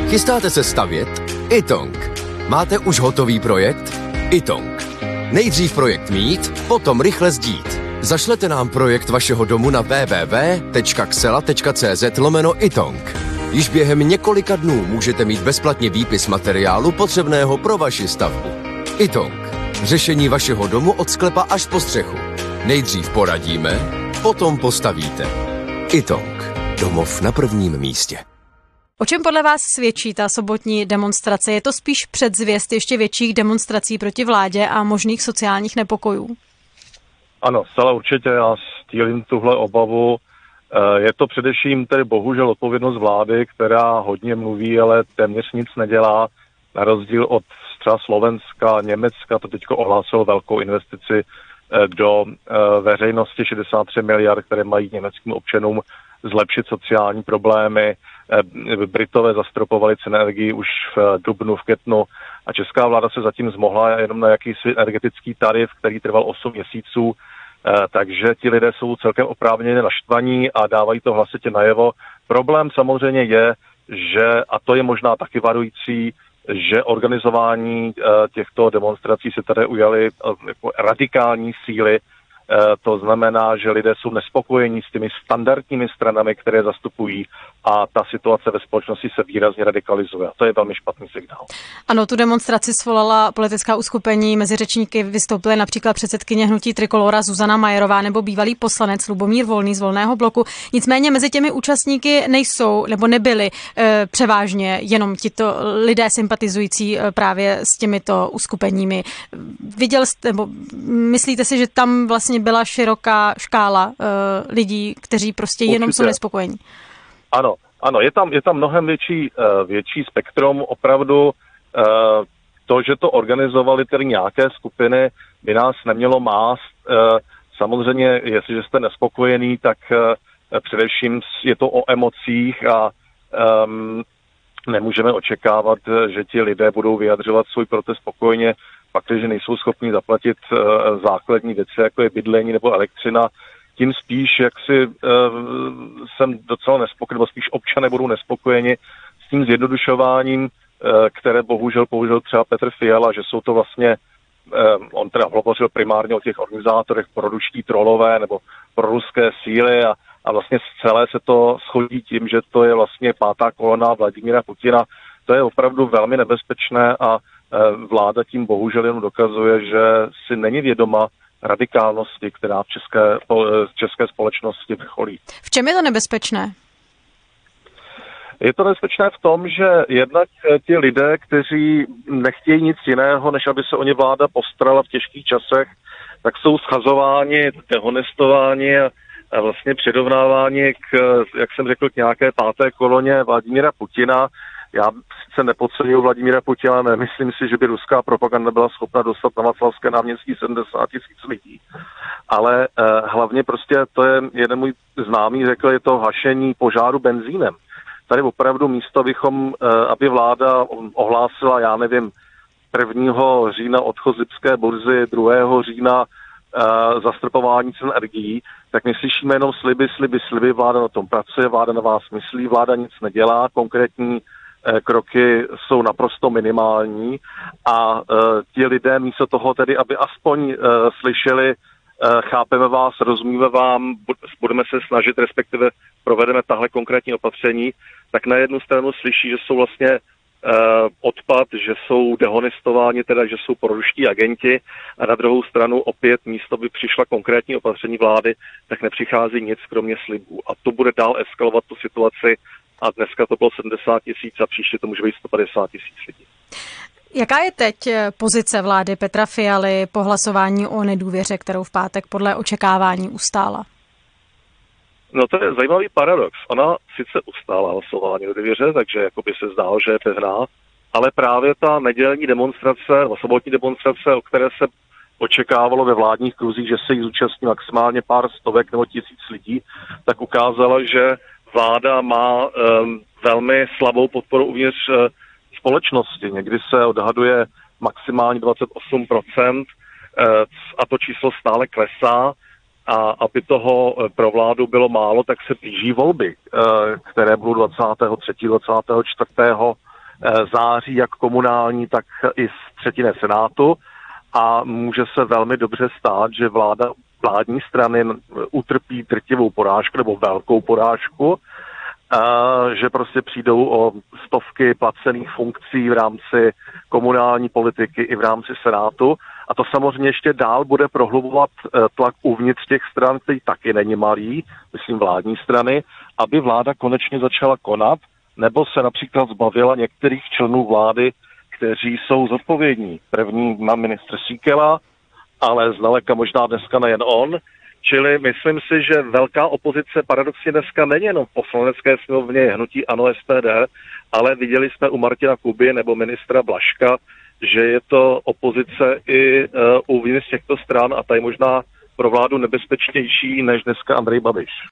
Chystáte se stavět? iTong. Máte už hotový projekt? iTong. Nejdřív projekt mít, potom rychle sdít. Zašlete nám projekt vašeho domu na www.xela.cz/iTong. Již během několika dnů můžete mít bezplatně výpis materiálu potřebného pro vaši stavbu. iTong. Řešení vašeho domu od sklepa až po střechu. Nejdřív poradíme, potom postavíte. iTong. Domov na prvním místě. O čem podle vás svědčí ta sobotní demonstrace? Je to spíš předzvěst ještě větších demonstrací proti vládě a možných sociálních nepokojů? Ano, zcela určitě, já sdílím tuhle obavu. Je to především tedy bohužel odpovědnost vlády, která hodně mluví, ale téměř nic nedělá. Na rozdíl od třeba Slovenska, Německa, to teďko ohlásilo velkou investici do veřejnosti 63 miliard, které mají německým občanům zlepšit sociální problémy. Britové zastropovali ceny energii už v dubnu, v květnu a česká vláda se zatím zmohla jenom na jakýsi energetický tarif, který trval 8 měsíců, takže ti lidé jsou celkem oprávněně naštvaní a dávají to hlasitě najevo. Problém samozřejmě je, že, a to je možná taky varující, že organizování těchto demonstrací se tady ujaly jako radikální síly. To znamená, že lidé jsou nespokojení s těmi standardními stranami, které zastupují a ta situace ve společnosti se výrazně radikalizuje. A to je velmi špatný signál. Ano, tu demonstraci svolala politická uskupení. Mezi řečníky vystoupily například předsedkyně hnutí Trikolóra Zuzana Majerová nebo bývalý poslanec Lubomír Volný z Volného bloku. Nicméně mezi těmi účastníky nejsou nebo nebyli převážně jenom tito lidé sympatizující právě s těmito uskupeními. Viděl jste, nebo myslíte si, že tam vlastně byla široká škála lidí, kteří prostě jenom jsou nespokojení? Ano, je tam mnohem větší spektrum. Opravdu to, že to organizovali tedy nějaké skupiny, by nás nemělo mást. Samozřejmě, jestliže jste nespokojený, tak především je to o emocích a nemůžeme očekávat, že ti lidé budou vyjadřovat svůj protest spokojně, pakliže nejsou schopni zaplatit základní věci, jako je bydlení nebo elektřina. Tím spíš, jak si jsem docela nespokojený, nebo spíš občané budou nespokojeni s tím zjednodušováním, které bohužel použil třeba Petr Fiala, že jsou to vlastně, on teda hovořil primárně o těch organizátorech proruští trolové nebo proruské síly a vlastně celé se to shodí tím, že to je vlastně pátá kolona Vladimíra Putina. To je opravdu velmi nebezpečné a vláda tím bohužel jen dokazuje, že si není vědoma radikálnosti, která v české společnosti vrcholí. V čem je to nebezpečné? Je to nebezpečné v tom, že jednak ti lidé, kteří nechtějí nic jiného, než aby se o ně vláda postarala v těžkých časech, tak jsou schazováni, dehonestováni a vlastně přirovnáváni jak jsem řekl, k nějaké páté koloně Vladimíra Putina. Já sice nepodceňuji Vladimíra Putina, nemyslím si, že by ruská propaganda byla schopna dostat na Václavské náměstí 70 000 lidí. Ale hlavně prostě to je jeden můj známý řekl, je to hašení požáru benzínem. Tady opravdu místo bychom, aby vláda ohlásila, já nevím, 1. října odchod z lipské burzy, 2. října zastropování cen energií, tak my slyšíme jenom sliby, vláda na tom pracuje, vláda na vás myslí, vláda nic nedělá, konkrétní kroky jsou naprosto minimální a ti lidé místo toho tedy, aby aspoň slyšeli, chápeme vás, rozumíme vám, budeme se snažit, respektive provedeme tahle konkrétní opatření, tak na jednu stranu slyší, že jsou vlastně odpad, že jsou dehonestováni, teda že jsou proruští agenti a na druhou stranu opět místo by přišla konkrétní opatření vlády, tak nepřichází nic kromě slibů. A to bude dál eskalovat tu situaci a dneska to bylo 70 000 a příště to může být 150 000 lidí. Jaká je teď pozice vlády Petra Fialy po hlasování o nedůvěře, kterou v pátek podle očekávání ustála? No to je zajímavý paradox. Ona sice ustála hlasování o nedůvěře, takže jako by se zdálo, že je pevná, ale právě ta nedělní demonstrace, sobotní demonstrace, o které se očekávalo ve vládních kruzích, že se jí zúčastní maximálně pár stovek nebo 1000 lidí, tak ukázala, že vláda má velmi slabou podporu uvnitř společnosti. Někdy se odhaduje maximálně 28%, a to číslo stále klesá. A aby toho pro vládu bylo málo, tak se blíží volby, které budou 23. 24. září jak komunální, tak i z třetiny Senátu a může se velmi dobře stát, že vládní strany utrpí drtivou porážku nebo velkou porážku, že prostě přijdou o stovky placených funkcí v rámci komunální politiky i v rámci Senátu. A to samozřejmě ještě dál bude prohlubovat tlak uvnitř těch stran, který taky není malý, myslím vládní strany, aby vláda konečně začala konat, nebo se například zbavila některých členů vlády, kteří jsou zodpovědní. První má ministr Síkela, ale zdaleka možná dneska nejen on. Čili myslím si, že velká opozice paradoxně dneska není jenom v poslanecké sněmovně hnutí ANO SPD, ale viděli jsme u Martina Kuby nebo ministra Blažka, že je to opozice i uvnitř těchto stran a ta je možná pro vládu nebezpečnější než dneska Andrej Babiš.